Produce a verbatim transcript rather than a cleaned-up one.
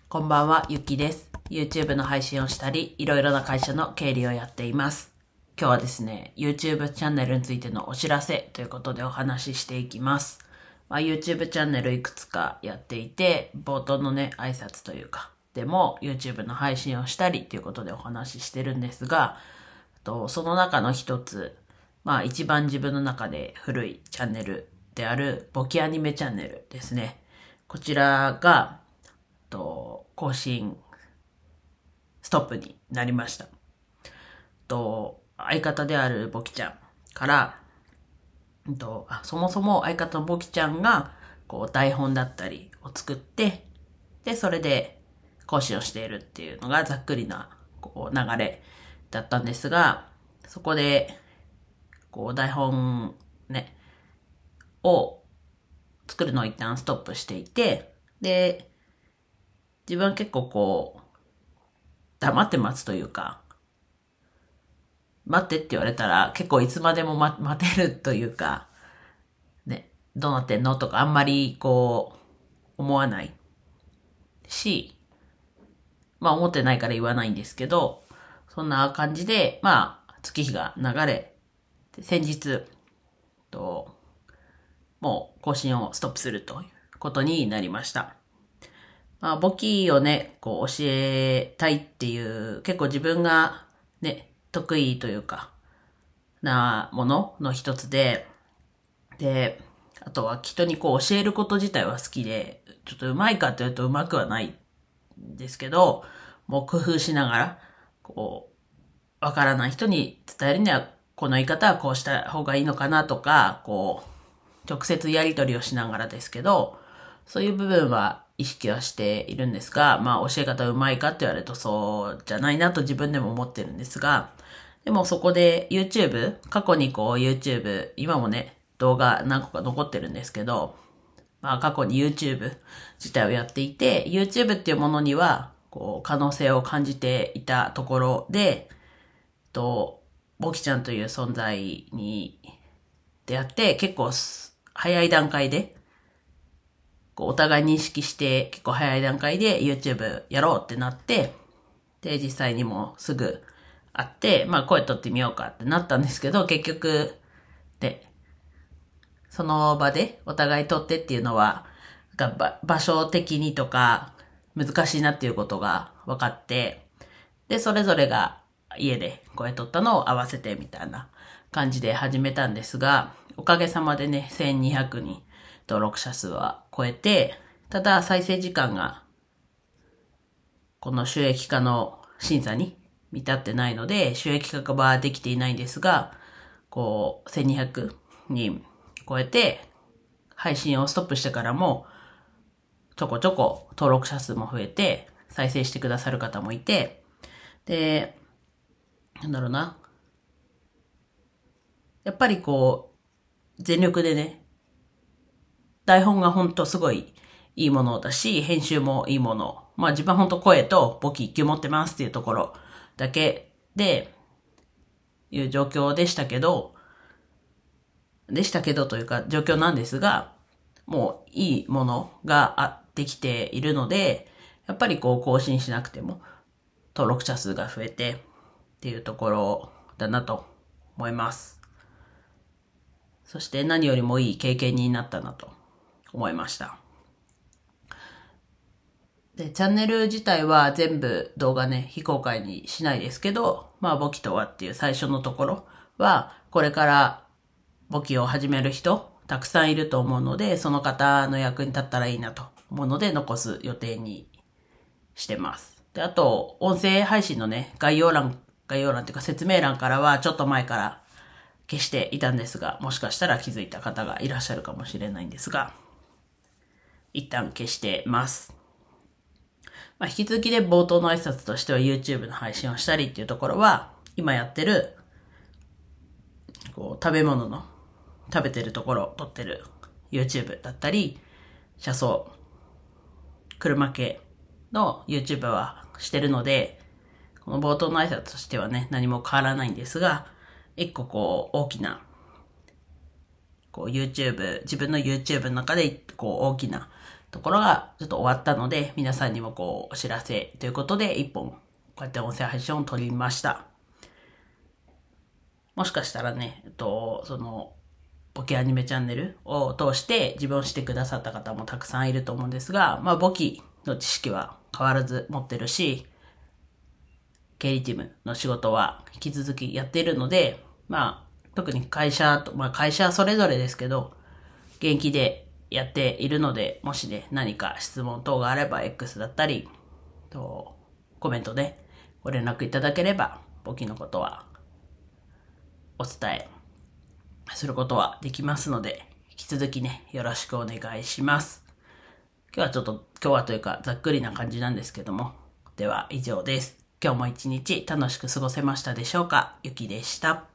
こんばんは、ゆきです。YouTube の配信をしたり、いろいろな会社の経理をやっています。今日はですね、YouTube チャンネルについてのお知らせということでお話ししていきます。まあ、YouTube チャンネルいくつかやっていて、冒頭のね、挨拶というか、でも YouTube の配信をしたりということでお話ししてるんですが、とその中の一つ、まあ一番自分の中で古いチャンネルである簿記アニメチャンネルですね。こちらが、と更新ストップになりました。と相方であるボキちゃんから、とあそもそも相方のボキちゃんがこう台本だったりを作って、でそれで更新をしているっていうのがざっくりなこう流れだったんですが、そこでこう台本ねを作るのを一旦ストップしていて、で自分は結構こう黙って待つというか、待ってって言われたら結構いつまでも待てるというか、ね、どうなってんのとかあんまりこう思わないし、まあ思ってないから言わないんですけど、そんな感じで、まあ月日が流れ、先日、ともう更新をストップするということになりました。まあ、簿記をね、こう教えたいっていう、結構自分がね、得意というか、なものの一つで、で、あとは人にこう教えること自体は好きで、ちょっと上手いかというと上手くはないんですけど、もう工夫しながら、こう、わからない人に伝えるには、この言い方はこうした方がいいのかなとか、こう、直接やり取りをしながらですけど、そういう部分は意識はしているんですが、まあ教え方うまいかって言われるとそうじゃないなと自分でも思ってるんですが、でもそこで YouTube、過去にこう YouTube、今もね、動画何個か残ってるんですけど、まあ過去に YouTube 自体をやっていて、YouTube っていうものには、こう可能性を感じていたところで、と、ボキちゃんという存在に出会って結構早い段階で、お互い認識して結構早い段階で YouTube やろうってなって、で、実際にもすぐ会って、まあ声取ってみようかってなったんですけど、結局、で、その場でお互い取ってっていうのは、場所的にとか難しいなっていうことが分かって、で、それぞれが家で声取ったのを合わせてみたいな感じで始めたんですが、おかげさまでね、せんにひゃくにん登録者数は超えて、ただ再生時間がこの収益化の審査に満たってないので、収益化はできていないんですが、こう、せんにひゃくにん超えて、配信をストップしてからも、ちょこちょこ登録者数も増えて、再生してくださる方もいて、で、なんだろうな。やっぱりこう、全力でね、台本がほんとすごいいいものだし、編集もいいもの。まあ自分はほんと声と簿記一級持ってますっていうところだけで、いう状況でしたけど、でしたけどというか状況なんですが、もういいものがあってきているので、やっぱりこう更新しなくても登録者数が増えてっていうところだなと思います。そして何よりもいい経験になったなと思いました。で、チャンネル自体は全部動画ね、非公開にしないですけど、まあ、簿記とはっていう最初のところは、これから簿記を始める人、たくさんいると思うので、その方の役に立ったらいいなと思うので、残す予定にしてます。で、あと、音声配信のね、概要欄、概要欄っていうか説明欄からは、ちょっと前から消していたんですが、もしかしたら気づいた方がいらっしゃるかもしれないんですが、一旦消してます。まあ、引き続きで冒頭の挨拶としては YouTube の配信をしたりっていうところは、今やってる、こう、食べ物の、食べてるところを撮ってる YouTube だったり、車窓、車系の YouTube はしてるので、この冒頭の挨拶としてはね、何も変わらないんですが、一個こう、大きな、こう YouTube、自分の YouTube の中で、こう、大きなところがちょっと終わったので、皆さんにもこうお知らせということで一本こうやって音声配信を撮りました。もしかしたらね、えっと、その、簿記アニメチャンネルを通して自分をしてくださった方もたくさんいると思うんですが、まあ簿記の知識は変わらず持ってるし、経理チームの仕事は引き続きやっているので、まあ特に会社と、まあ会社はそれぞれですけど、元気でやっているので、もしね、何か質問等があれば X だったり、とコメントでご連絡いただければ、簿記のことはお伝えすることはできますので、引き続きね、よろしくお願いします。今日はちょっと、今日はというかざっくりな感じなんですけども、では以上です。今日も一日楽しく過ごせましたでしょうか？ゆきでした。